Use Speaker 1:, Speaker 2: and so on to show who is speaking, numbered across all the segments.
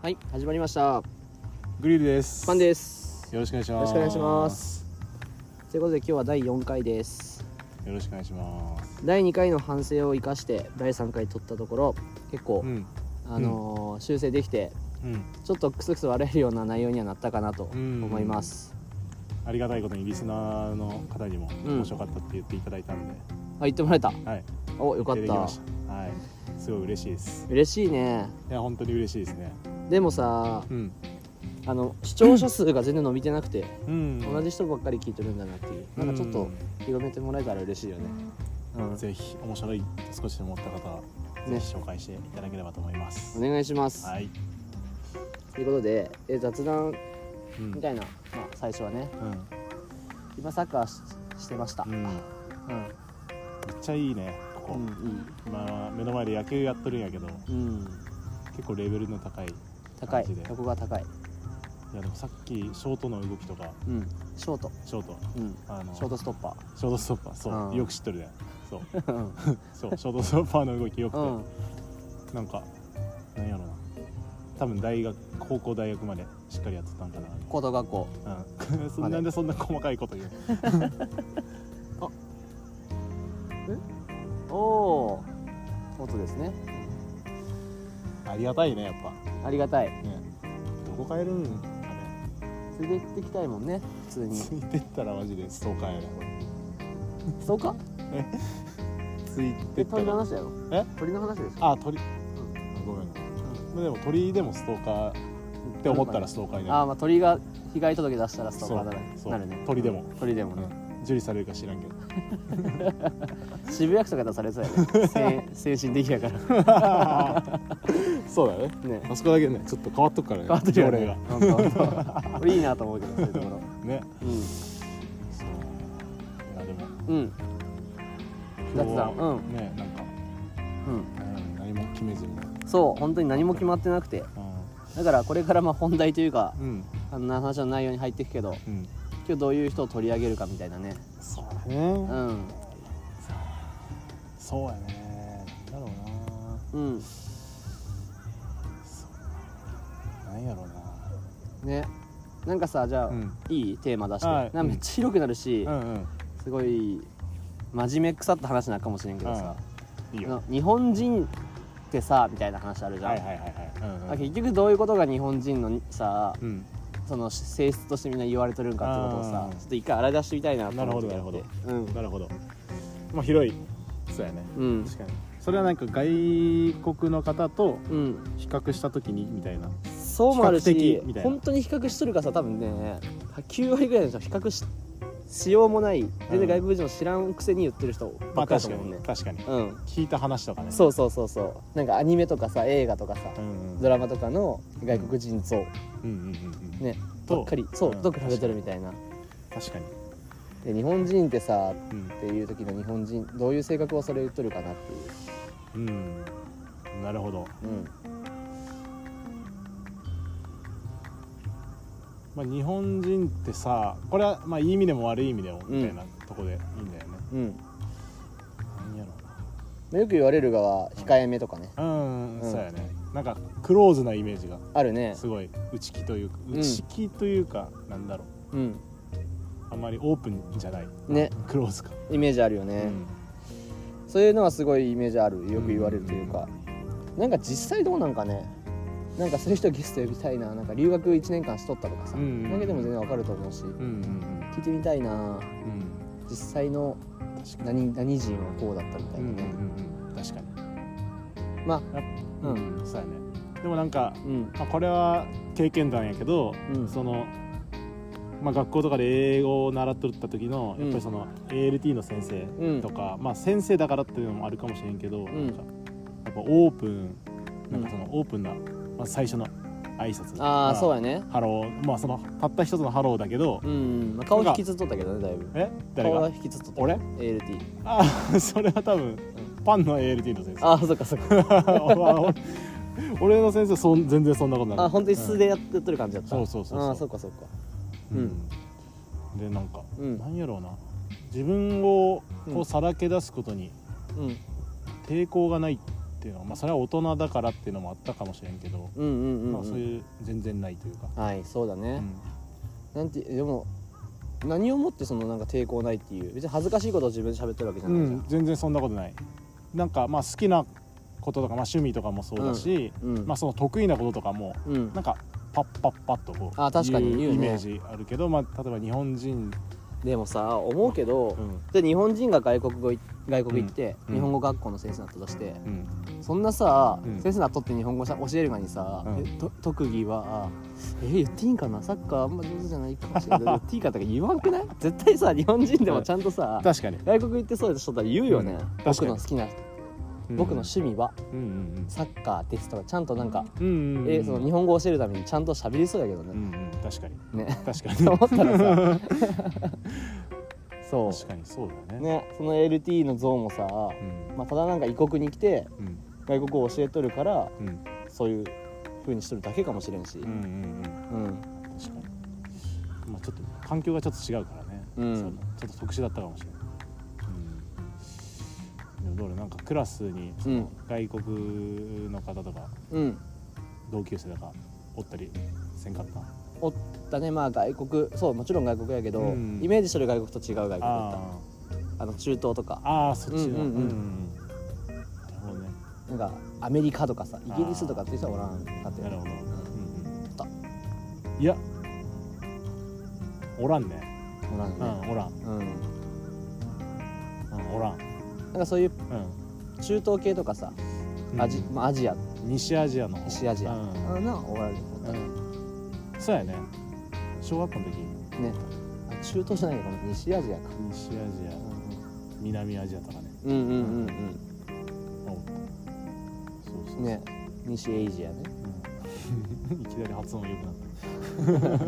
Speaker 1: はい、始まりました。
Speaker 2: グリルです。
Speaker 1: パンです。
Speaker 2: よろしくお願いします。
Speaker 1: よろしくお願いします。ということで今日は第4回です。
Speaker 2: よろしくお願いします。
Speaker 1: 第2回の反省を生かして第3回取ったところ結構、修正できて、ちょっとクスクス笑えるような内容にはなったかなと思います。
Speaker 2: ありがたいことにリスナーの方にも面白かったって言っていただいたので、
Speaker 1: 言ってもらえた。
Speaker 2: はい。
Speaker 1: お、よかった。
Speaker 2: はい。すごい嬉しいです。
Speaker 1: 嬉しいね。
Speaker 2: いや本当に嬉しいですね。
Speaker 1: でもさ、視聴者数が全然伸びてなくて、同じ人ばっかり聞いてるんだなっていう、なんかちょっと広めてもらえたら嬉しいよね。
Speaker 2: ぜひ面白いと少しでも思った方はぜひ紹介していただければと思います。
Speaker 1: お願いします。
Speaker 2: はい。
Speaker 1: ということで、雑談みたいな、最初はね、今サッカーしてました。めっ
Speaker 2: ちゃいいね。ここ、目の前で野球やっとるんやけど、結構レベルの高い感じで、
Speaker 1: ここが高い。
Speaker 2: いやでもさっきショートの動きとか、
Speaker 1: ショート、
Speaker 2: ショ
Speaker 1: ートストッパー、
Speaker 2: そう、よく知っとるね。そうそう、ショートストッパーの動きよくて、なんかなんやろな、多分高校大学までしっかりやってたんかな。
Speaker 1: 高等学校、
Speaker 2: なんでそんな細かいこと言う
Speaker 1: お音ですね。
Speaker 2: ありがたいね、やっぱ
Speaker 1: ありがたい、
Speaker 2: どこ帰るんかね。
Speaker 1: ついて行ってきたいもんね。普通に
Speaker 2: ついてったらマジでストーカーやね。
Speaker 1: そうか
Speaker 2: ついてったら
Speaker 1: 鳥の話だよ。鳥の話でしょ。
Speaker 2: 鳥、ごめん、でも鳥でもストーカーって思ったらストーカーになる。
Speaker 1: 鳥が被害届出したらストーカーだなるね。
Speaker 2: 鳥でも
Speaker 1: ね、
Speaker 2: 受理されるか知らんけど
Speaker 1: 渋谷区とか出されそうやね精神的やから
Speaker 2: そうだね。あそこだけねちょっと変わっとくからね。
Speaker 1: 変わっとるよね。
Speaker 2: 条例が
Speaker 1: 俺いいなと思うけど、そういうところ
Speaker 2: ね。そういやでも
Speaker 1: 雑談
Speaker 2: ね、なんか何も決めずに、
Speaker 1: そう本当に何も決まってなくて、だからこれから本題というか話の内容に入っていくけど、今日どういう人を取り上げるかみたいなね。
Speaker 2: そうだね。そうやね。なんだろうな。なんやろうな。ね。
Speaker 1: なんかさ、じゃあいいテーマ出して。めっちゃ広くなるし、すごい真面目腐った話になるかもしれんけどさ、日本人ってさみたいな話あるじゃん。結局どういうことが日本人のさ、その性質としてみんな言われてるんかってことをさ、ちょっと一回洗い出してみたいなと思って。
Speaker 2: なるほど。まあ広い。そうやね。確かに。それはなんか外国の方と比較した時にみたいな。
Speaker 1: そうもあるし、本当に比較しとるかさ、多分ね9割ぐらいの人は比較しようもない、全然外国人を知らんくせに言ってる人ばっかりだと思うね。
Speaker 2: 確かに。聞いた話とかね。
Speaker 1: そうなんかアニメとかさ、映画とかさ、ドラマとかの外国人像ねばっかりと比べてるみたいな。
Speaker 2: 確かに。
Speaker 1: で日本人ってさっていう時の日本人どういう性格をそれ言っとるかなっていう。
Speaker 2: なるほど。まあ日本人ってさ、これはまあいい意味でも悪い意味でもみたいなとこでいいんだよね。何やろうな。
Speaker 1: よく言われるがは控えめとかね。
Speaker 2: そうやね。なんかクローズなイメージが
Speaker 1: あるね。
Speaker 2: すごい内気というかなんだろう。あんまりオープンじゃないね。クローズか
Speaker 1: イメージあるよね。そういうのはすごいイメージある。よく言われるというか、なんか実際どうなんかね。なんかそういう人ゲスト呼びたいな。なんか留学1年間しとったとかさ、だけでも全然わかると思うし、聞いてみたいな。実際の何人はこうだったみたいなね。
Speaker 2: 確かに。
Speaker 1: そうやね。
Speaker 2: でもなんかこれは経験談やけど、その学校とかで英語を習っとった時のやっぱりその ALT の先生とか、先生だからっていうのもあるかもしれんけど、なんかやっぱオープン、なんかそのオープンな最初の挨拶、
Speaker 1: そうやね。
Speaker 2: ハロー、そのたった一つのハローだけど、
Speaker 1: 顔引きずっとったけどね、だいぶ。
Speaker 2: 誰が？
Speaker 1: 顔引きずっとった。
Speaker 2: 俺？
Speaker 1: ALT。
Speaker 2: それは多分パンの ALT の先生。
Speaker 1: そっかそっか。
Speaker 2: 俺の先生全然そんなことない。
Speaker 1: 本当に素でやってる感じだった。
Speaker 2: そう。
Speaker 1: そっか。
Speaker 2: でなんかなんやろうな、自分をこうさらけ出すことに抵抗がないってっていうのは、まあ、それは大人だからっていうのもあったかもしれんけど、そういう全然ないというか。
Speaker 1: はい、そうだね、なんてでも何をもってそのなんか抵抗ないっていう、別に恥ずかしいことを自分で喋ってるわけじゃないじゃん、
Speaker 2: 全然そんなことない。なんかまあ好きなこととか、まあ、趣味とかもそうだし、まあ、その得意なこととかも、なんかパッパッパッとこう
Speaker 1: 確かに言うね、
Speaker 2: イメージあるけど、まあ、例えば日本人
Speaker 1: でもさ思うけど、で日本人が外国行って、日本語学校の先生になったとして、そんなさ、先生になっとって日本語教えるのにさ、特技は言っていいんかな、サッカーあんま上手じゃないかもしれない言っていいかとか言わんくない？絶対さ日本人でもちゃんとさ、
Speaker 2: 確かに
Speaker 1: 外国行ってそういう人だったら言うよね、僕の好きな僕の趣味はサッカーですとかちゃんとなんか、その日本語を教えるためにちゃんと喋りそうやけどね、
Speaker 2: 確かに
Speaker 1: ね、
Speaker 2: 確かに
Speaker 1: と思ったらさそう
Speaker 2: 確かにそうだね。
Speaker 1: ね、その LT の像もさ、まあ、ただなんか異国に来て、外国を教えとるから、そういう風にしとるだけかもしれんし、確かに、
Speaker 2: まあ、ちょっと環境がちょっと違うからね、ちょっと特殊だったかもしれない。でもどうなんかクラスにその外国の方とか、同級生とかおったりせんかった？
Speaker 1: おったね。まあ外国、そうもちろん外国やけど、イメージしてる外国と違う外国だった。中東とか、
Speaker 2: そっちの、なるほどね。
Speaker 1: なんかアメリカとかさ、イギリスとかっていう人はおらんかったよ。なるほど。
Speaker 2: いやおらんね。
Speaker 1: おらんね。
Speaker 2: おらん。おらん。
Speaker 1: なんかそういう中東系とかさ、アジア、
Speaker 2: 西アジアの
Speaker 1: 西アジアなおられる。
Speaker 2: そうやね。小学校の時
Speaker 1: ね、中東じゃないかな、西アジアか。
Speaker 2: 西アジア、南アジアとかね。そう
Speaker 1: ね、西エイジアね。
Speaker 2: いきなり発音良くなった。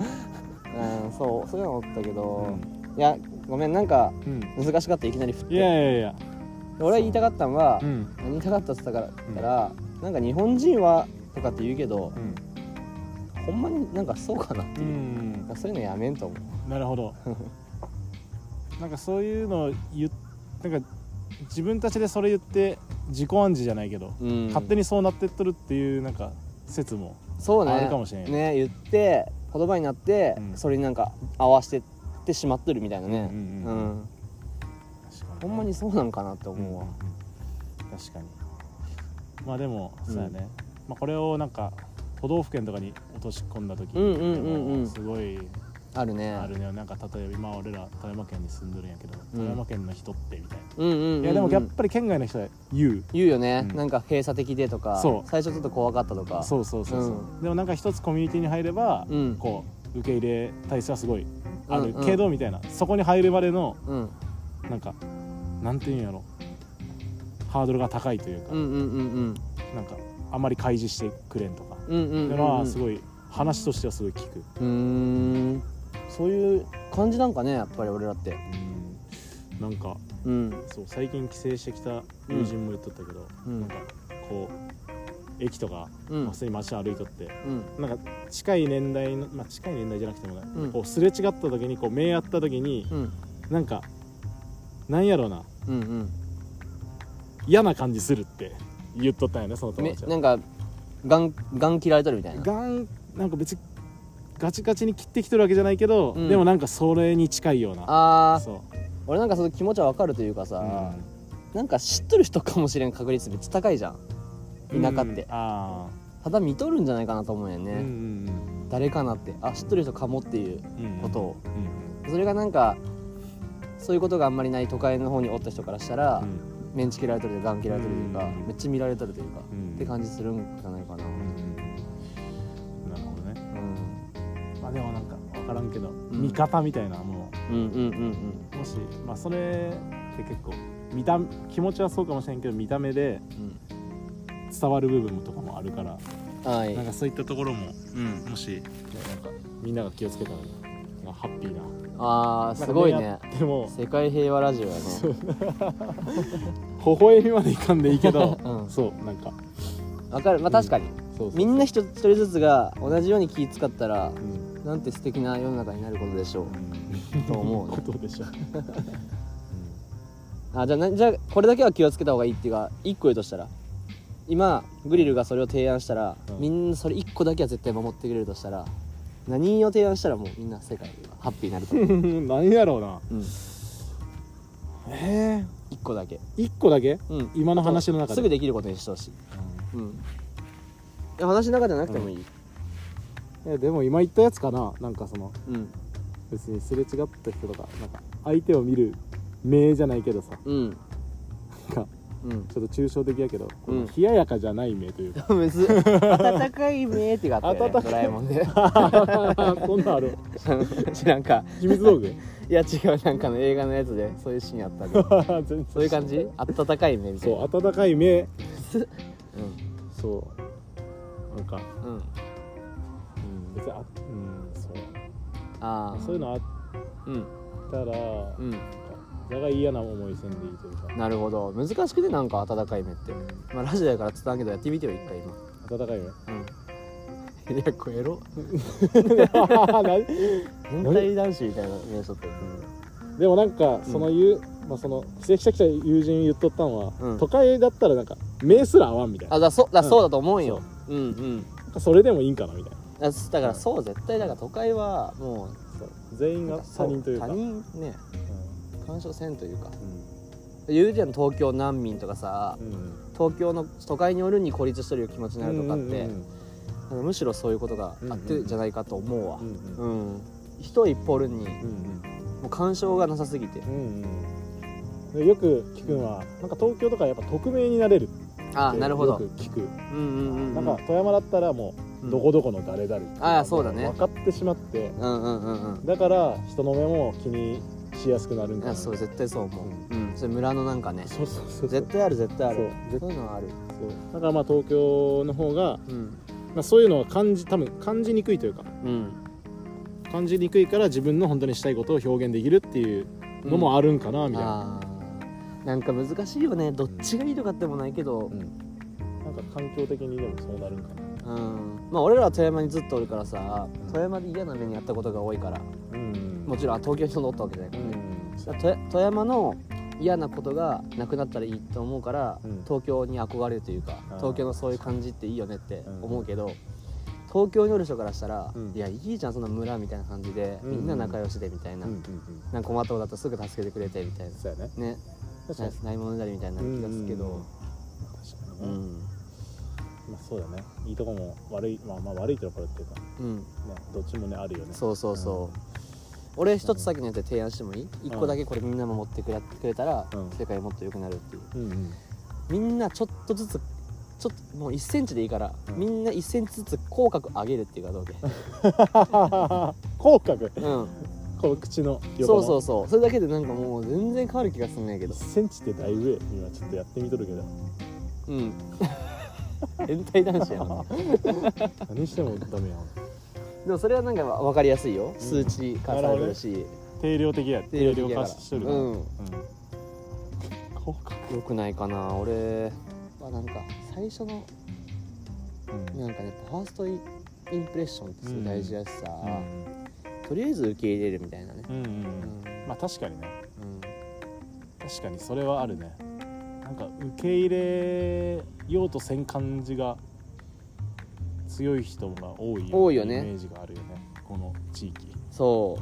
Speaker 1: そういうのおったけど、いやごめん、なんか難しかった、いきなり振って。
Speaker 2: いや
Speaker 1: 俺が言いたかったのは、言いたかったって言ったから、なんか日本人はとかって言うけど、ほんまになんかそうかなっていう、そういうのやめんと思う。
Speaker 2: なるほど。なんかそういうのをなんか自分たちでそれ言って自己暗示じゃないけど、勝手にそうなってっとるっていうなんか説もあるかもしれない
Speaker 1: ね。言って言葉になって、それになんか合わせてってしまってるみたいなね。ほんまにそうなんかなって思うわ。
Speaker 2: 確かに。まあでもそうやね、まあこれをなんか都道府県とかに落とし込んだ時にすごい
Speaker 1: あるね。
Speaker 2: なんか例えば今俺ら富山県に住んでるんやけど、富山県の人ってみたいな、いやでもやっぱり県外の人は言う
Speaker 1: よね、なんか閉鎖的でとか、最初ちょっと怖かったとか、
Speaker 2: そう、でもなんか一つコミュニティに入れば、こう受け入れ体制はすごいあるけどみたいな、そこに入るまでのなんかなんていうんやろ、ハードルが高いというか、なんかあまり開示してくれんとかっていうのはすごい話としてはすごい聞く。
Speaker 1: そういう感じなんかね、やっぱり俺らって。
Speaker 2: なんか、そう最近帰省してきた友人も言っとったけど、なんかこう駅とか普通に街歩いとって、なんか近い年代の、まあ近い年代じゃなくてもね、こうすれ違った時にこう目合った時に、なんかなんやろうな、嫌な感じするって言っとったんやね、その友達は。
Speaker 1: なんかガン切られとるみたいな。
Speaker 2: なんか別にガチガチに切ってきてるわけじゃないけど、でもなんかそれに近いような。そう、
Speaker 1: 俺なんかその気持ちは分かるというかさ、なんか知っとる人かもしれん確率めっちゃ高いじゃん、田舎って。ただ見とるんじゃないかなと思うんやね、誰かなって、知っとる人かもっていうことを。それがなんかそういうことがあんまりない都会の方におった人からしたら、メンチ切られとるというかガン切られとるというか、めっちゃ見られとるというか、って感じするんじゃないかな。
Speaker 2: でもなんか分からんけど、見方みたいなもう、もしまあそれって結構気持ちはそうかもしれんけど、見た目で伝わる部分とかもあるから、なんかそういったところも、もしなんかみんなが気をつけたらハッピーな。
Speaker 1: すごいね。でも世界平和ラジオやね。
Speaker 2: 微笑みまでいかんでいいけど、そうなんか
Speaker 1: 分かる。まあ確かにみんな一人ずつが同じように気使ったら、なんて素敵な世の中になることでしょう、と思うね。
Speaker 2: ことでしょう。
Speaker 1: じゃあこれだけは気をつけた方がいいっていうか、1個言うとしたら今グリルがそれを提案したら、
Speaker 2: うん
Speaker 1: みんなそれ1個だけは絶対守ってくれるとしたら、何を提案したらもうみんな世界がハッピーになると思う
Speaker 2: 何やろうな。
Speaker 1: うん1個だけ、
Speaker 2: 一個だけ、
Speaker 1: うん、
Speaker 2: 今の話の中です
Speaker 1: ぐできることにしてほしい。うん、いや話の中じゃなくてもいい。
Speaker 2: いやでも今言ったやつかな。なんかその
Speaker 1: うん
Speaker 2: 別にすれ違った人とかなんか相手を見る目じゃないけどさ、
Speaker 1: うん
Speaker 2: なんか
Speaker 1: うん
Speaker 2: ちょっと抽象的やけど、この
Speaker 1: うん
Speaker 2: 冷ややかじゃない目というか、
Speaker 1: むずい温かい目ってがあったよね、
Speaker 2: 温かい
Speaker 1: ドラえもんで
Speaker 2: そんなんある。
Speaker 1: 知らんか。
Speaker 2: 秘密道具
Speaker 1: いや違う、なんかの映画のやつでそういうシーンあったけど
Speaker 2: 全然
Speaker 1: そういう感じ、温かい目みたいな。
Speaker 2: そう温かい目、
Speaker 1: うん
Speaker 2: そうなんか、
Speaker 1: うん
Speaker 2: 別にそう
Speaker 1: ああ
Speaker 2: そういうのあっ
Speaker 1: うん
Speaker 2: たら、
Speaker 1: うん
Speaker 2: だが嫌な思いせんでいいというか、
Speaker 1: なるほど。難しくてなんか温かい目って、まあラジオやから伝わんけどやってみてよ一回今。
Speaker 2: 温かい目
Speaker 1: うんいやこれエロ
Speaker 2: 何
Speaker 1: 変態男子みたいな目しとって
Speaker 2: でもなんかそのまあその帰省してきた友人言っとったんは、
Speaker 1: うん
Speaker 2: 都会だったらなんか目すら合わんみたいな、
Speaker 1: そうだと思うんよ。うんうん
Speaker 2: なんかそれでもいいんかなみたいな。
Speaker 1: だからそう絶対だから都会はも
Speaker 2: そう全員が
Speaker 1: う
Speaker 2: 他人というか、
Speaker 1: 他人ね
Speaker 2: う
Speaker 1: 干渉せんというか、
Speaker 2: ん
Speaker 1: 言うじゃん東京難民とかさ、
Speaker 2: うん
Speaker 1: 東京の都会におるに孤立しとる気持ちになるとかって、
Speaker 2: うんうん
Speaker 1: なんかむしろそういうことがあってじゃないかと思うわ。
Speaker 2: うんうん
Speaker 1: うん人一方おるに
Speaker 2: うん
Speaker 1: もう干渉がなさすぎて、
Speaker 2: うんうんでよく聞くのはなんか東京とかやっぱ匿名になれるって
Speaker 1: なるほど。
Speaker 2: よく聞く、
Speaker 1: うんうんうん
Speaker 2: なんか富山だったらもうどこどこの誰々っていうのが
Speaker 1: そうだね
Speaker 2: 分かってしまって、
Speaker 1: うんうんうんうん
Speaker 2: だから人の目も気にしやすくなるん
Speaker 1: い
Speaker 2: かな。
Speaker 1: やそう絶対そう思う。うんそれ村のなんかね
Speaker 2: そうそうそう
Speaker 1: 絶対ある絶対ある。
Speaker 2: そう
Speaker 1: そういうのはある。
Speaker 2: そうだからまあ東京の方が、
Speaker 1: うん
Speaker 2: まあ、そういうのは多分感じにくいというか、
Speaker 1: うん
Speaker 2: 感じにくいから自分の本当にしたいことを表現できるっていうのもあるんかなみたいな、
Speaker 1: なんか難しいよね。どっちがいいとかってもないけど、
Speaker 2: なんか環境的にでもそうなるんかな。
Speaker 1: まあ俺らは富山にずっとおるからさ、富山で嫌な目にあったことが多いから、もちろん東京にそんなおったわけじゃないからね、富山の嫌なことがなくなったらいいと思うから、東京に憧れるというか、東京のそういう感じっていいよねって思うけど、東京におる人からしたら、いやいいじゃんその村みたいな感じで、みんな仲良しでみたいな、なんか困ったことだったらすぐ助けてくれてみたいな、
Speaker 2: そうやね。
Speaker 1: ね、ないものねだりみたいになる気がするけど、
Speaker 2: 確かにね。まあそうだね。いいとこも悪い、まあ悪いところっていうか、ね、どっちもねあるよね。
Speaker 1: そうそうそう。俺一つ先のやつで提案してもいい？一個だけこれみんなも持ってくれたら、世界もっと良くなるっていう。みんなちょっとずつもう1センチでいいから、みんな1センチずつ口角上げるっていうかどうけ
Speaker 2: 口角、こう口の
Speaker 1: 横のそうそれだけでなんかもう全然変わる気がするんやけど。
Speaker 2: 1センチってだいぶ今ちょっとやってみとるけど
Speaker 1: 変態男子やな
Speaker 2: 何してもダメやん。
Speaker 1: でもそれはなんか分かりやすいよ、数値化されてるし、
Speaker 2: 定量的や定量化しとる
Speaker 1: 口角よくないかな。俺はなんか最初のなんかねファーストインプレッションってすごい大事やしさ、とりあえず受け入れるみたいなね。
Speaker 2: まあ確かにね、確かにそれはあるね。なんか受け入れようとせん感じが強い人が多いよね、イメージがあるよねこの地域。
Speaker 1: そう、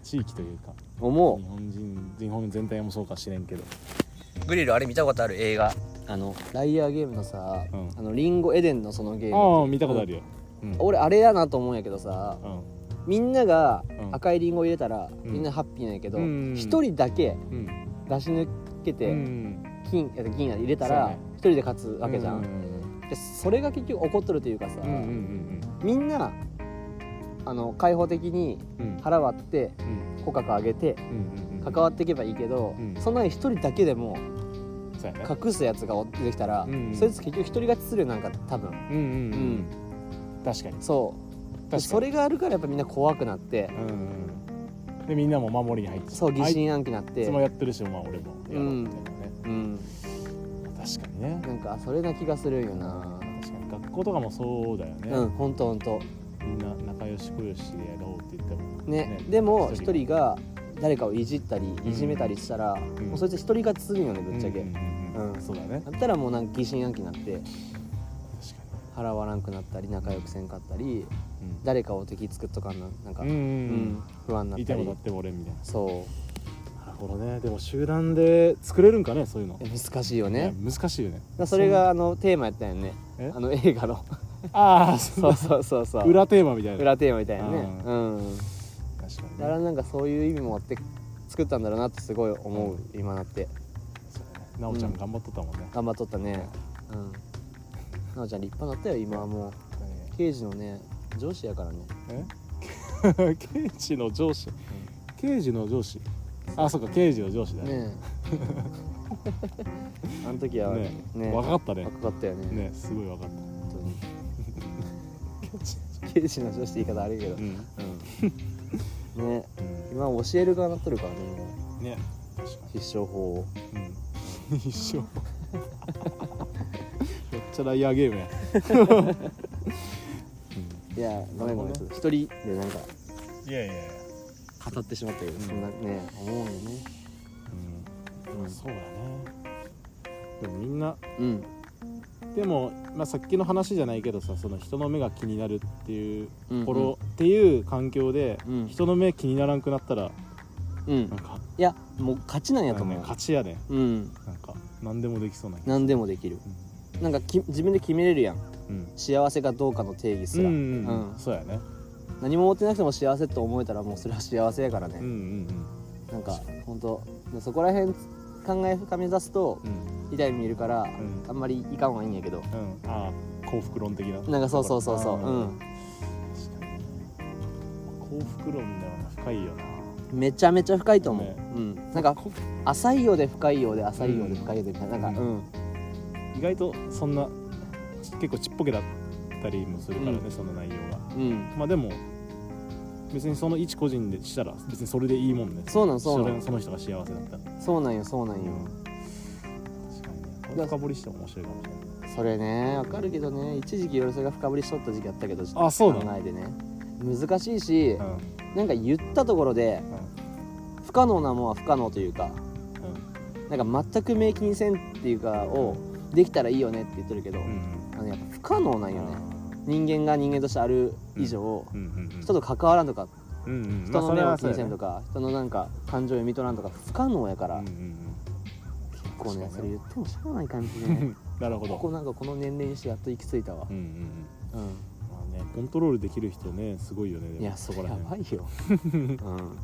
Speaker 2: 地域というか
Speaker 1: 思う。
Speaker 2: 日本全体もそうかしれんけど、
Speaker 1: グリルあれ見たことある？映画ライアーゲームのさ、リンゴエデンのそのゲーム。
Speaker 2: 見たことあるよ。
Speaker 1: 俺あれやなと思うんやけどさ、みんなが赤いリンゴ入れたらみんなハッピーなんやけど、一人だけ出し抜けて銀入れたら一人で勝つわけじゃん。でそれが結局起こっとるというかさ、みんな開放的に腹割って口角上げて関わっていけばいいけど、その一人だけでも隠すやつが出てきたら、そいつ結局一人勝ちするよなんか多分。
Speaker 2: 確かに
Speaker 1: そうそれがあるからやっぱみんな怖くなって、
Speaker 2: でみんなも守りに入って、
Speaker 1: そう疑心暗鬼になって、
Speaker 2: いつもやってるし、まあ俺もやろうみたいなね。確かにね。
Speaker 1: なんかそれな気がするよな。
Speaker 2: 確かに学校とかもそうだよね。
Speaker 1: ほんと
Speaker 2: みんな仲良しこよしでやろうって言っても
Speaker 1: ね。でも一人が誰かをいじったりいじめたりしたら、もうそいつ一人勝ちするよねぶっちゃけ。
Speaker 2: そうだね。
Speaker 1: だったらもうなんか疑心暗鬼になって払わなくなったり仲良くせんかったり、誰かを敵作っとかんなんか、不安になったり、
Speaker 2: いても立っても俺みたいな。
Speaker 1: そう
Speaker 2: なるほどね。でも集団で作れるんかね、そういうの。
Speaker 1: 難しいよね。
Speaker 2: 難しいよね。
Speaker 1: それがテーマやったよね、映画の
Speaker 2: ああ
Speaker 1: そう
Speaker 2: 裏テーマみたいな。
Speaker 1: 裏テーマみたいなね。
Speaker 2: 確かに、
Speaker 1: だからなんかそういう意味もあって作ったんだろうなってすごい思う、今なって。
Speaker 2: なおちゃん頑張っとったもんね。
Speaker 1: 頑張っとったね。なおちゃん立派になったよ。今はもう刑事のね上司やから
Speaker 2: ね。刑事の上司、刑事の上司、あ、そっか、刑事の上司だね。あの時はね、若かったね。
Speaker 1: 若かったよね。
Speaker 2: ね、すごい若かった。本
Speaker 1: 当に。刑事の上司って言い方悪いけど。ね、今教える側になっとるからね。
Speaker 2: ね、
Speaker 1: 必勝法を。
Speaker 2: 必勝。めっちゃライアーゲームや。
Speaker 1: いや、ごめん一人でなんか。
Speaker 2: いや
Speaker 1: 語ってしまったけど、そんなね、思うよね。
Speaker 2: そうだね。でもみんな、でも、さっきの話じゃないけどさ、その人の目が気になるっていうところっていう環境で、人の目気にならんくなったら、なんか
Speaker 1: いやもう勝ちなんやと思う。
Speaker 2: 勝ちやね。なんか何でもできそうな。
Speaker 1: 何でもできる。なんか自分で決めれるやん。幸せかどうかの定義すら。
Speaker 2: そうやね。
Speaker 1: 何も持ってなくても幸せと思えたらもうそれは幸せやからね。なんか本当そこら辺考え深め出すと痛い目見るからあんまりいかんはいいんやけど、
Speaker 2: 幸福論的な、
Speaker 1: なんかそう幸
Speaker 2: 福論では深いよな。
Speaker 1: めちゃめちゃ深いと思う。なんか浅いようで深いようで浅いようで深いようでみたいな、なんか
Speaker 2: 意外とそんな結構ちっぽけだったりもするからね、その内容が。でも別にその一個人でしたら別にそれでいいもんね。
Speaker 1: そうなん
Speaker 2: その人が幸せだったら。
Speaker 1: そうなんよ。
Speaker 2: 確かにね。深掘りしても面白いかもしれない。
Speaker 1: それね、わかるけどね、一時期俺それが深掘りしとった時期あったけど、
Speaker 2: そうだ
Speaker 1: 考えでね難しいし、なんか言ったところで不可能なものは不可能というか、なんか全く明記にせんっていうかをできたらいいよねって言ってるけど、やっぱ不可能なんよね。人間が人間としてある以上、人と関わらんとか、人の目を気にせんとか、人のなんか感情を読み取らんとか不可能やから、結構ねそれ言ってもしょうがない感じでね。
Speaker 2: なるほど。
Speaker 1: なんかこの年齢にしてやっと行き着いたわ。
Speaker 2: コントロールできる人ね、すごいよね。
Speaker 1: いや、そこらやばいよ。
Speaker 2: 確かに。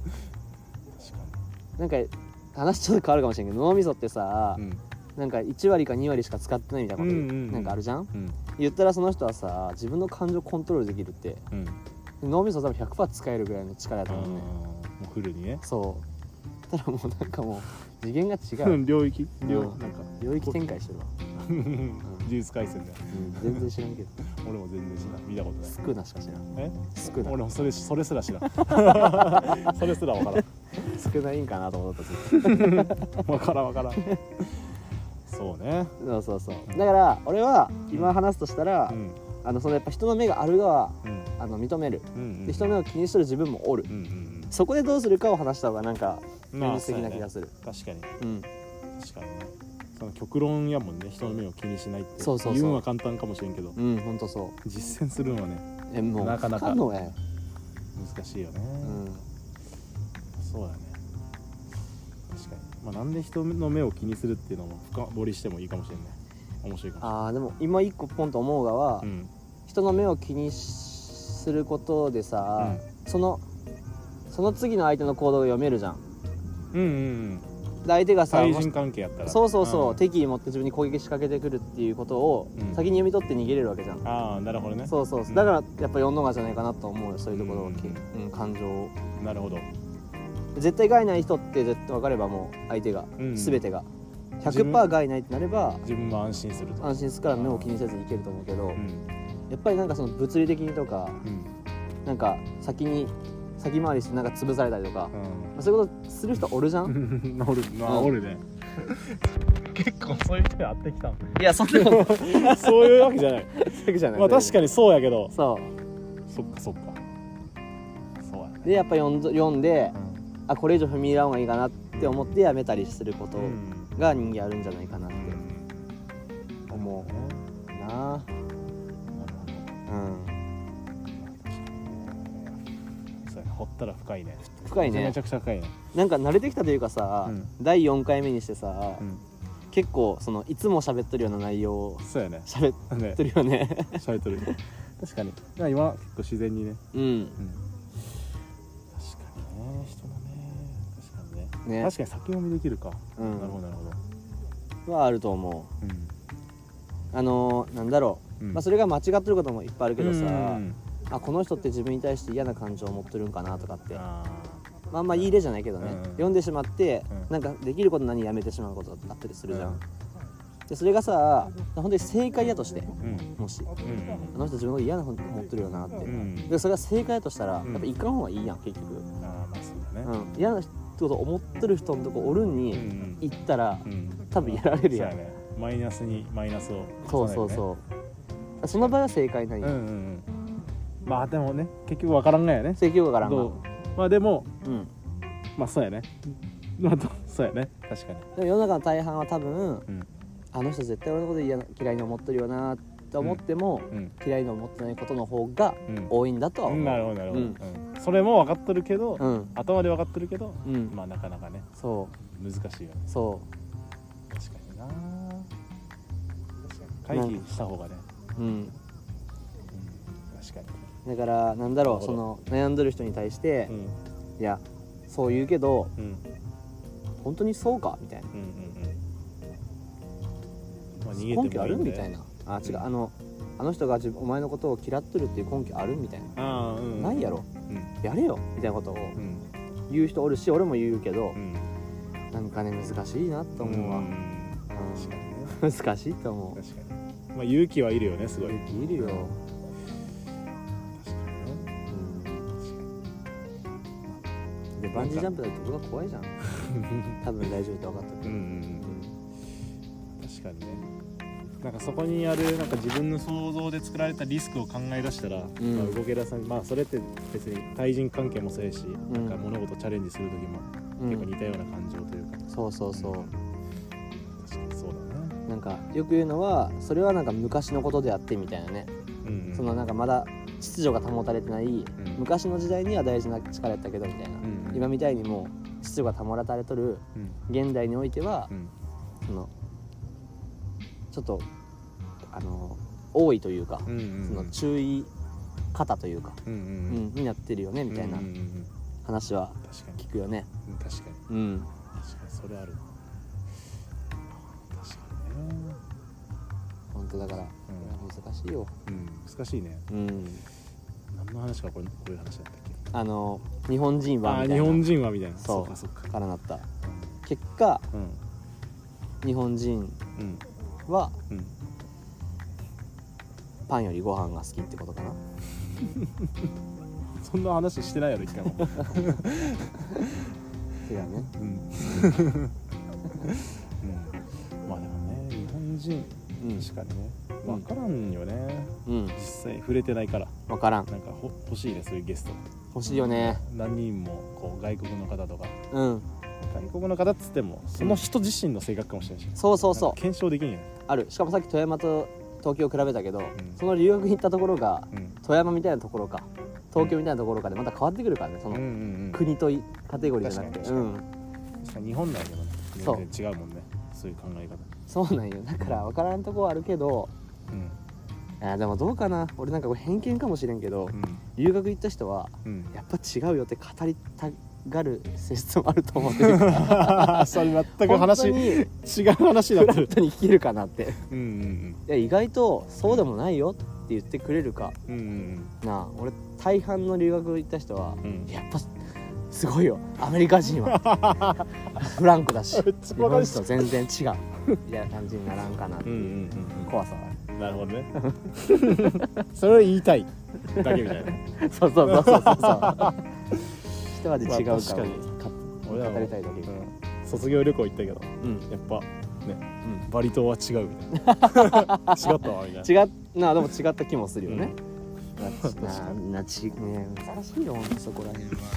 Speaker 1: なんか話ちょっと変わるかもしれんけど、脳みそってさ、なんか1割か2割しか使ってないみたいなことなんかあるじゃん。言ったらその人はさ、自分の感情コントロールできるって、脳みそ多分 100% 使えるぐらいの力やと思うね。
Speaker 2: もうフルにね。
Speaker 1: そう。ただもうなんかもう次元が違う。
Speaker 2: 領域
Speaker 1: 展開してるわ。
Speaker 2: 呪術廻戦だよ。
Speaker 1: 全然知らんけど。
Speaker 2: 俺も全然知らん。見たことない。
Speaker 1: スクナしか知らん。
Speaker 2: スクナ。俺もそれすら知らん。それすら分からん。
Speaker 1: 少ないんかなと思ったずっ
Speaker 2: と。分からん。そうね。
Speaker 1: そうだから俺は今話すとしたら、そのやっぱ人の目がある側、認める、で人の目を気にしてる自分もおる、そこでどうするかを話した方がなんか現実的な気がする。
Speaker 2: 確かに。確かにね。その極論やもんね、人の目を気にしないって言うのは簡単かもしれんけど、
Speaker 1: 本当そう。
Speaker 2: 実践するのはね、
Speaker 1: もう
Speaker 2: なかなか
Speaker 1: 不可能やよ。
Speaker 2: 難しいよね。そうだね。確かに。なんで人の目を気にするっていうのも深掘りしてもいいかもしれない。面白いかもしれない。
Speaker 1: でも今一個ポンと思うがは、人の目を気にすることでさ、その次の相手の行動が読めるじゃん。で相手がさ、
Speaker 2: 対人関係やったら
Speaker 1: そう敵意持って自分に攻撃仕掛けてくるっていうことを先に読み取って逃げれるわけじゃん。
Speaker 2: なるほどね。
Speaker 1: そうだからやっぱ読んのがじゃないかなと思うよ、そういうところを、感情を。
Speaker 2: なるほど。
Speaker 1: 絶対害ない人って絶対分かればもう相手が、全てが 100% 害ないってなれば
Speaker 2: 自分も安心する
Speaker 1: から目を気にせずにいけると思うけど、やっぱりなんかその物理的にとか、なんか先回りしてなんか潰されたりとか、そういうことする人おるじゃん。
Speaker 2: おるね。結構そういう人が会ってきたの。
Speaker 1: いや、そんな
Speaker 2: そういうわけじゃない。確かにそうやけど。そっか。そうやね。
Speaker 1: でやっぱ読んで、これ以上踏み入らん方がいいかなって思ってやめたりすることが人間あるんじゃないかなって思うな。
Speaker 2: なるったら深いね。
Speaker 1: 深いね。
Speaker 2: めちゃくちゃ深いね。
Speaker 1: なんか慣れてきたというかさ、第4回目にしてさ、結構そのいつも喋ってるような内容を
Speaker 2: そうやね、
Speaker 1: 喋ってるよね。
Speaker 2: 喋ってる。確かに。今結構自然にね。確かにね、人のね、確かにね。確かに先読みできるか。なるほどなるほど。
Speaker 1: はあると思う。なんだろう。まあそれが間違ってることもいっぱいあるけどさ、あ、この人って自分に対して嫌な感情を持ってるんかなとかって。まあまあいい例じゃないけどね、読んでしまって、なんかできること何やめてしまうことだったりするじゃん。でそれがさ、本当に正解だとして、もし、あの人自分のこと嫌なこと思ってるよなって、でそれが正解だとしたら、やっぱ行かん方がいいやん結局。嫌なこと思ってる人のとこおるんに行ったら、多分やられるやん。
Speaker 2: マイナスにマイナスを。
Speaker 1: そうその場合は正解ないやん。
Speaker 2: まあでもね、結局分からんがやね。
Speaker 1: 結局分からんが。
Speaker 2: まあでも、まあそうやね。まあそうやね、確かに。
Speaker 1: 世の中の大半は多分、あの人絶対俺のこと嫌いに思ってるよなって思っても、嫌いに思ってないことの方が多いんだとは思う。
Speaker 2: なるほどなるほど。それも分かってるけど、頭で分かってるけど、まあなかなかね、難しいよね。確かにな。回避した方がね。確かに。
Speaker 1: だからなんだろう、その悩んでる人に対して、いやそう言うけど、本当にそうかみたいな、根拠あるみたいな。あ、違う、あの人がお前のことを嫌ってるっていう根拠あるみたいな。ないやろ、やれよみたいなことを言う人おるし、俺も言うけど、なんかね難しいなと思うわ。難しいと思う。
Speaker 2: 確かに。まあ勇気はいるよね、すごい。
Speaker 1: 勇気いるよ。でバンジージャンプだって僕は怖いじゃん。多分大丈夫って分かったけど。
Speaker 2: 確かにね。なんかそこにあるなんか自分の想像で作られたリスクを考え出したら、動け出さん、まあそれって別に対人関係もそうやし、なんか物事チャレンジする時も結構似たような感情というか。
Speaker 1: そう。
Speaker 2: 確かにそうだね。
Speaker 1: なんかよく言うのは、それはなんか昔のことであってみたいなね。そのなんかまだ秩序が保たれてない、昔の時代には大事な力やったけどみたいな、今みたいにもう秩序が保たれとる現代においては、そのちょっと多いというか、その注意方というか、になってるよねみたいな話は聞くよね。
Speaker 2: 確かに。確かにそれある。確かにね。
Speaker 1: 本当だから、難しいよ。
Speaker 2: 難しいね。何の話か、こういう話だったっ
Speaker 1: け。日本人はみたいな。
Speaker 2: 日本人はみたいな。
Speaker 1: そうからなった。結果、日本人は、パンよりご飯が好きってことかな。
Speaker 2: そんな話してないやろ一回も。
Speaker 1: 違うね。
Speaker 2: まあでもね、日本人確かにね、分からんよね。実際触れてないから
Speaker 1: 分からん。
Speaker 2: なんか欲しいね、そういうゲスト
Speaker 1: 欲しいよね。
Speaker 2: 何人もこう外国の方とか、外国の方っつってもその人自身の性格かもしれないし、
Speaker 1: そう
Speaker 2: 検証できんよね。
Speaker 1: ある。しかもさっき富山と東京を比べたけど、その留学に行ったところが、富山みたいなところか東京みたいなところかでまた変わってくるからね、その国とカテゴリーじゃなくて。
Speaker 2: 確かに日本内でもね、全然違うもんね、そういう考え方。そう
Speaker 1: なんよ。だから分からんとこはあるけど、でもどうかな。俺なんかこれ偏見かもしれんけど、留学行った人はやっぱ違うよって語りたがる性質もあると思ってるから。
Speaker 2: それ全く話違う話だった。
Speaker 1: フラットに聞けるかなって。いや意外とそうでもないよって言ってくれるかなあ。俺大半の留学行った人は、やっぱすごいよアメリカ人は。フランクだし日本人と全然違うみたいな感じにならんかなっていう怖さはある。
Speaker 2: なるほどね。それを言いたいだけみたいな。
Speaker 1: そう人まで違うから俺は語りたいだけ。
Speaker 2: 卒業旅行行ったけど、やっぱね、バリ島は違うみたいな。違ったわみたい
Speaker 1: な。でも違った気もするよね。難しいよそこら辺は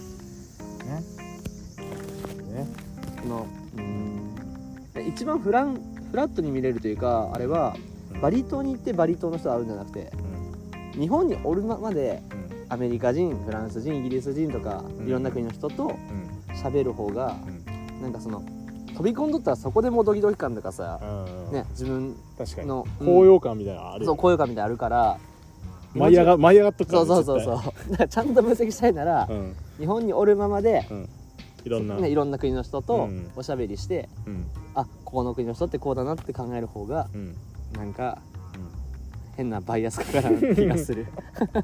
Speaker 1: ね。一番フラットに見れるというか、あれはバリ島に行ってバリ島の人が会うんじゃなくて、日本におるまでアメリカ人、フランス人、イギリス人とか、いろんな国の人と喋る方が、なんかその飛び込んどったらそこでもうドキドキ感とかさ、ね、自分の
Speaker 2: 高揚感みたいなのあるよね。
Speaker 1: そう、高揚感みたいなのあるから
Speaker 2: 舞い上がっとくから、
Speaker 1: そうだからちゃんと分析したいなら、日本におるままで、いろんな国の人とおしゃべりして、あ、ここの国の人ってこうだなって考える方が、なんか変なバイアスかからん気がする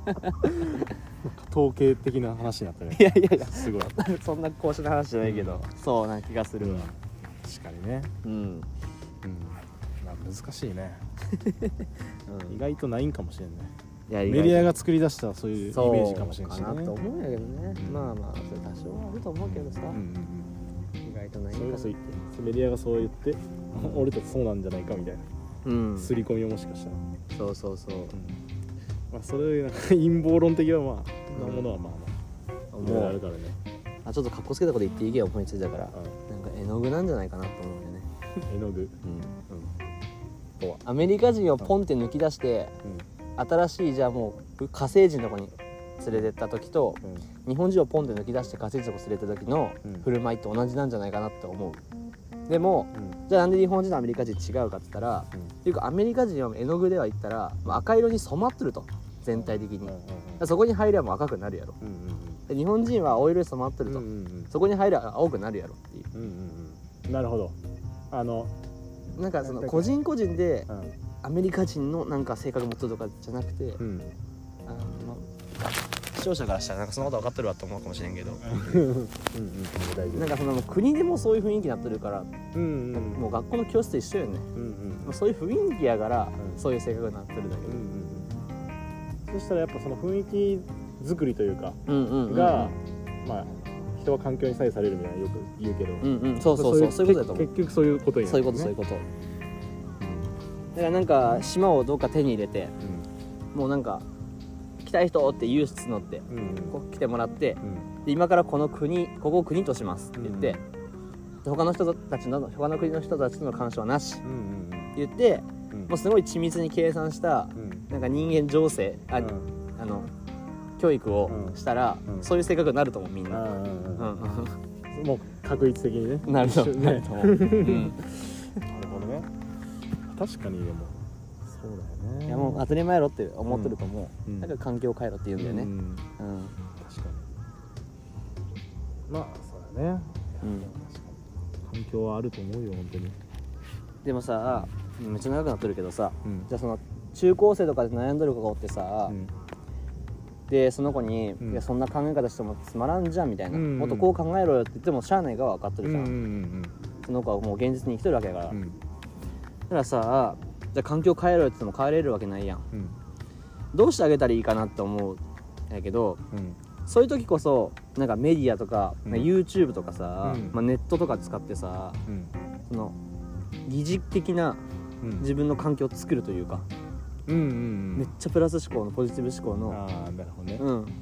Speaker 2: 統計的な話になったね。
Speaker 1: いや
Speaker 2: すごい
Speaker 1: そんな高尚な話じゃないけど、そうな気がするわ。
Speaker 2: 確かにね。まあ難しいね。意外とないんかもしれんね。メディアが作り出したそういうイメージかもしれないしね。
Speaker 1: そうかなと思うんやけどね。まあそれ多少はあると思うけどさ、意外とないんかな。それこ
Speaker 2: そメディアがそう言って俺たちそうなんじゃないかみたいな刷り込みをもしかしたら。
Speaker 1: そう、
Speaker 2: まあそれなんか陰謀論的なまあなものはまあ思うあるからね。
Speaker 1: ちょっとかっこつけたこと言っていいけよ思いついたから、なんか絵の具なんじゃないかなと思うんよね。
Speaker 2: 絵の具。
Speaker 1: とはアメリカ人をポンって抜き出して、新しいじゃあもう火星人のとこに連れてった時と、日本人をポンって抜き出して火星人のとこ連れてった時の振る舞いって同じなんじゃないかなって思う。でも、じゃあなんで日本人とアメリカ人違うかって言ったら、っていうかアメリカ人は絵の具では言ったら赤色に染まってると、全体的に、そこに入ればもう赤くなるやろ、で日本人は青色に染まってると、そこに入れば青くなるやろっていう、
Speaker 2: なるほど。
Speaker 1: なんかその個人個人でアメリカ人のなんか性格持つとかじゃなくて、視聴者からしたらなんかそのこと分かってるわって思うかもしれんけどなんかその国でもそういう雰囲気になってるから、もう学校の教室と一緒よね、そういう雰囲気やからそういう性格になってるだけで、
Speaker 2: そしたらやっぱその雰囲気作りというかが、まあ人は環境に左右されるみたいなよく言うけど、
Speaker 1: そういうことだと思う。
Speaker 2: 結局そういうことになる、ね、
Speaker 1: そういうことだからなんか島をどっか手に入れて、もうなんか来たい人って言う募って、ここ来てもらって、で今からここを国としますって言って、で他の国の人たちの干渉はなしって言って、もうすごい緻密に計算した、なんか人間情勢教育をしたら、そういう性格になると思うみんな。
Speaker 2: もう確率的にね
Speaker 1: なると思う。なるほどね。
Speaker 2: 確かにでもそうだよね。
Speaker 1: いやもう当たり前やろって思ってると思う。だから環境を変えろって言うんだよね。
Speaker 2: 確かに。まあそうだね。環境はあると思うよ本当に。
Speaker 1: でもさ、めっちゃ長くなってるけどさ、じゃあその中高生とかで悩んでる子がおってさ、でその子に、いやそんな考え方してもつまらんじゃんみたいな、もっとこう考えろよって言ってもしゃあないが分かってるじゃん。その子はもう現実に生きてるわけだから、だからさ、じゃあ環境変えろよって言っても変えれるわけないやん、どうしてあげたらいいかなって思うんやけど、そういう時こそなんかメディアとか、YouTube とかさ、ネットとか使ってさ、その疑似的な自分の環境を作るというか、めっちゃプラス思考のポジティブ思考の、
Speaker 2: なるほどね、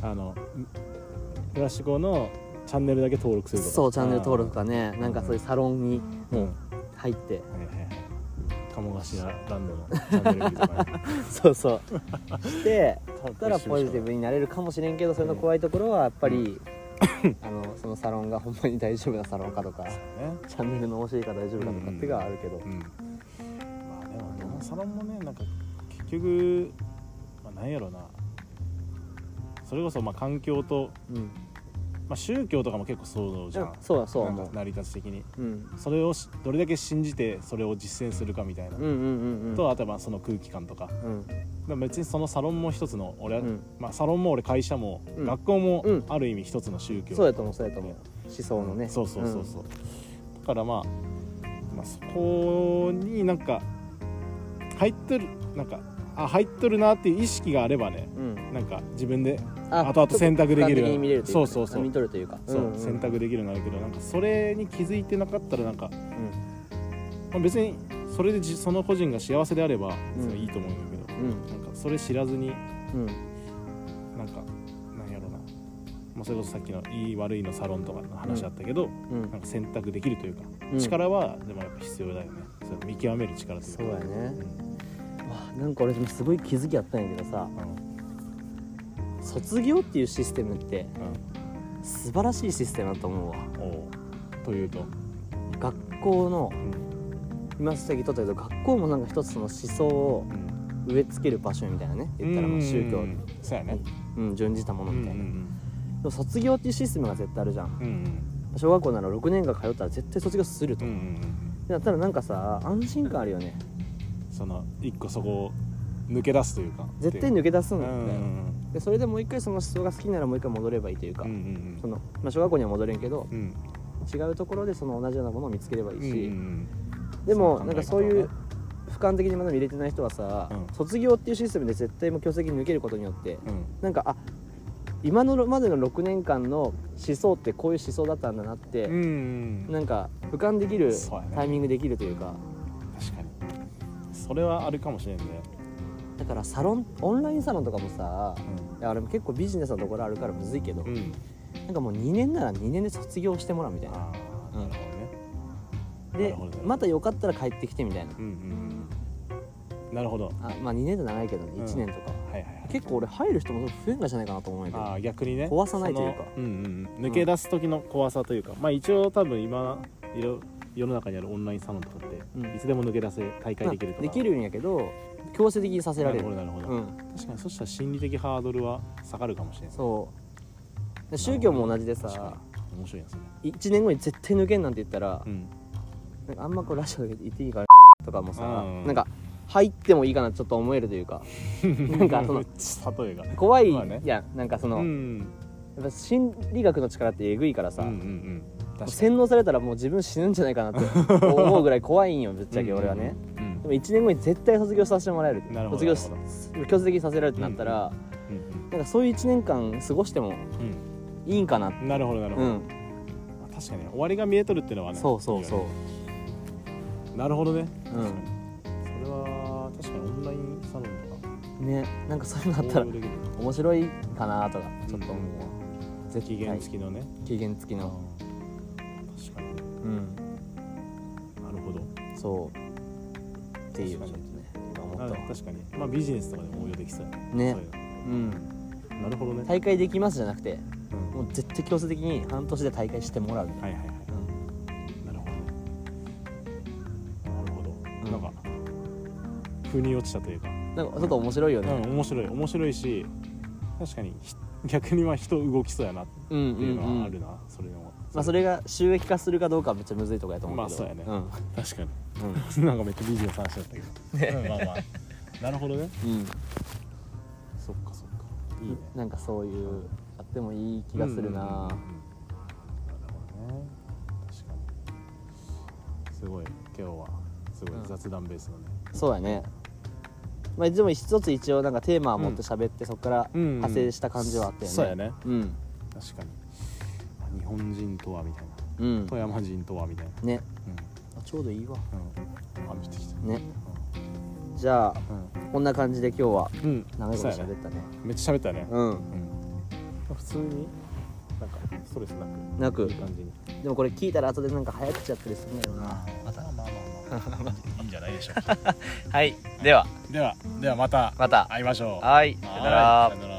Speaker 2: プラス思考のチャンネルだけ登録するとか、
Speaker 1: そうチャンネル登録とかね、なんかそういうサロンにもう入って、
Speaker 2: 鴨頭ランドのチャンネルとかね
Speaker 1: そうしてたらポジティブになれるかもしれんけど、それの怖いところはやっぱりそのサロンがほんまに大丈夫なサロンかとか、チャンネルの教えが大丈夫かとかってがあるけど、
Speaker 2: まあでもこのサロンもね、なんか結局、なんやろな、それこそ環境と、宗教とかも結構そうじゃん。
Speaker 1: そう
Speaker 2: なんか成り立ち的に、それをどれだけ信じてそれを実践するかみたいな、とあとはその空気感とか、別にそのサロンも一つのサロンも俺会社も、学校もある意味一つの宗教、
Speaker 1: そうやと思う思想のね、
Speaker 2: そうだからそこになんか入っとるなっていう意識があればね、なんか自分で後々選択できる、そう
Speaker 1: 見とるというか、
Speaker 2: 選択できるようになるけど、なんかそれに気づいてなかったらなんか、別にそれでその個人が幸せであればそれいいと思うんだけど、なんかそれ知らずに、なんかなんやろな、それこそさっきのいい悪いのサロンとかの話あったけど、なんか選択できるというか、力はでもやっぱ必要だよね。それ見極める力というか。
Speaker 1: そうだね。なんか俺すごい気づきあったんやけどさ、 卒業っていうシステムって素晴らしいシステムだと思うわ。
Speaker 2: というと
Speaker 1: 学校の、今さっきとったけど学校もなんか一つその思想を植え付ける場所みたいなね、言ったら宗教に
Speaker 2: そうやね、
Speaker 1: 準じたものみたいな。でも卒業っていうシステムが絶対あるじゃん。小学校なら6年間通ったら絶対卒業すると。だったらなんかさ安心感あるよね。
Speaker 2: その一個そこを抜け出すというか
Speaker 1: 絶対抜け出すんだよ。でそれでもう一回その思想が好きならもう一回戻ればいいというか、その小学校には戻れんけど、違うところでその同じようなものを見つければいいし、でもなんかそういう俯瞰的にまだ見れてない人はさ、卒業っていうシステムで絶対もう強制的に抜けることによって、なんか今のまでの6年間の思想ってこういう思想だったんだなって、なんか俯瞰できる、タイミングできるというか。
Speaker 2: 確かにそれはあるかもしれんね。
Speaker 1: だからオンラインサロンとかもさ、あれも結構ビジネスのところあるからむずいけど、なんかもう2年なら2年で卒業してもらうみたいな。なるほどね。でまたよかったら帰ってきてみたいな。なるほど。まあ2年じゃ長いけど1年とか、結構俺入る人も増えんがじゃないかなと思うんやけど。逆にね、壊さないというか、抜け出す時の怖さというか、まあ一応多分今世の中にあるオンラインサロンとかっていつでも抜け出せ大会できるとか、できるんやけど強制的にさせられる。なるほど、確かにそしたら心理的ハードルは下がるかもしれない。そうで宗教も同じでさ、面白いやつね。1年後に絶対抜けんなんて言ったら、なんかあんまこうラジオで言っていいかなとかもさ、なんか入ってもいいかなちょっと思えるというかなんかその例えが怖いやん。なんかその、やっぱ心理学の力ってえぐいからさ、洗脳されたらもう自分死ぬんじゃないかなって思うぐらい怖いんよぶっちゃけ俺はね。でも1年後に絶対卒業させてもらえる、卒業強制的にさせられるってなったら、なんかそういう1年間過ごしてもいいんかなって。なるほどなるほど、確かに終わりが見えとるっていうのはね。そうそうそう、なるほどね。それは確かにオンラインサロンとかね、なんかそういうのあったら面白いかなとかちょっと思う。期限付きのね。期限付きの。確かに。なるほど。そうっていうのね思った。確かに。まあビジネスとかでも応用できそうやね。なるほどね。大会できますじゃなくて、もう絶対強制的に半年で大会してもらう。はいはいはい。なるほどね。なるほど。なんか腑に落ちたというか。なんかちょっと面白いよね。面白いし、確かに逆には人動きそうやなっていうのはあるな。それでも。まあそれが収益化するかどうかはめっちゃむずいとこやと思うけど。まあそうやね。確かに。なんかめっちゃビジネス話しちゃったけど。まあまあ。なるほどね。そっかそっか。いいね。なんかそういうあってもいい気がするな。なるほどね。確かに。すごい今日はすごい雑談ベースのね。そうやね。まあでも一つ一応なんかテーマを持って喋って、そこから派生した感じはあったよね。そうやね。確かに。日本人とはみたいな、富山人とはみたいなね、ちょうどいいわ。雨降ってきたね。じゃあこんな感じで今日は長いこと喋ったね。めっちゃ喋ったね。普通になんかストレスなくいい感じに。でもこれ聞いたら後でなんか早口やったりするんだよな。またまあいいんじゃないでしょうか。はい、ではまた会いましょう。はい、さよなら。